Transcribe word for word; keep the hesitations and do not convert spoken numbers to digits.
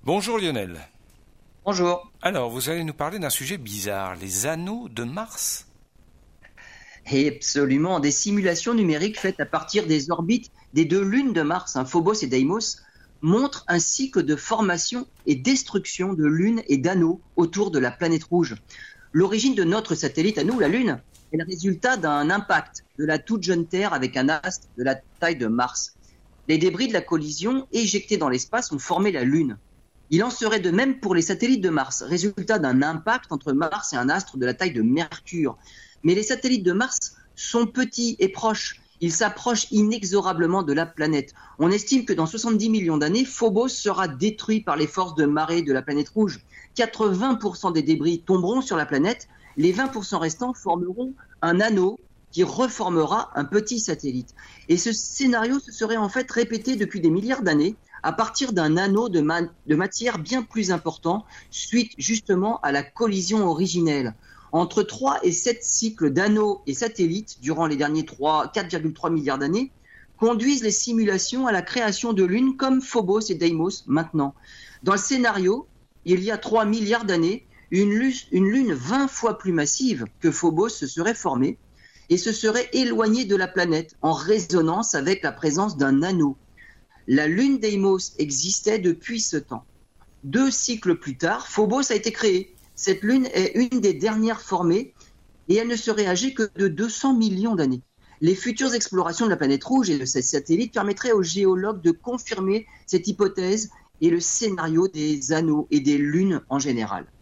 Bonjour Lionel. Bonjour. Alors, vous allez nous parler d'un sujet bizarre, les anneaux de Mars. Et absolument, des simulations numériques faites à partir des orbites des deux lunes de Mars, hein, Phobos et Deimos, montrent un cycle de formation et destruction de lunes et d'anneaux autour de la planète rouge. L'origine de notre satellite à nous, la Lune, est le résultat d'un impact de la toute jeune Terre avec un astre de la taille de Mars. Les débris de la collision éjectés dans l'espace ont formé la Lune. Il en serait de même pour les satellites de Mars, résultat d'un impact entre Mars et un astre de la taille de Mercure. Mais les satellites de Mars sont petits et proches. Ils s'approchent inexorablement de la planète. On estime que dans soixante-dix millions d'années, Phobos sera détruit par les forces de marée de la planète rouge. quatre-vingts pour cent des débris tomberont sur la planète. Les vingt pour cent restants formeront un anneau qui reformera un petit satellite. Et ce scénario se serait en fait répété depuis des milliards d'années à partir d'un anneau de, ma- de matière bien plus important, suite justement à la collision originelle. Entre trois et sept cycles d'anneaux et satellites durant les derniers quatre virgule trois milliards d'années conduisent les simulations à la création de lunes comme Phobos et Deimos maintenant. Dans le scénario, il y a trois milliards d'années, une, lu- une lune vingt fois plus massive que Phobos se serait formée et se serait éloignée de la planète en résonance avec la présence d'un anneau. La lune Deimos existait depuis ce temps. Deux cycles plus tard, Phobos a été créée. Cette lune est une des dernières formées et elle ne serait âgée que de deux cents millions d'années. Les futures explorations de la planète rouge et de ses satellites permettraient aux géologues de confirmer cette hypothèse et le scénario des anneaux et des lunes en général.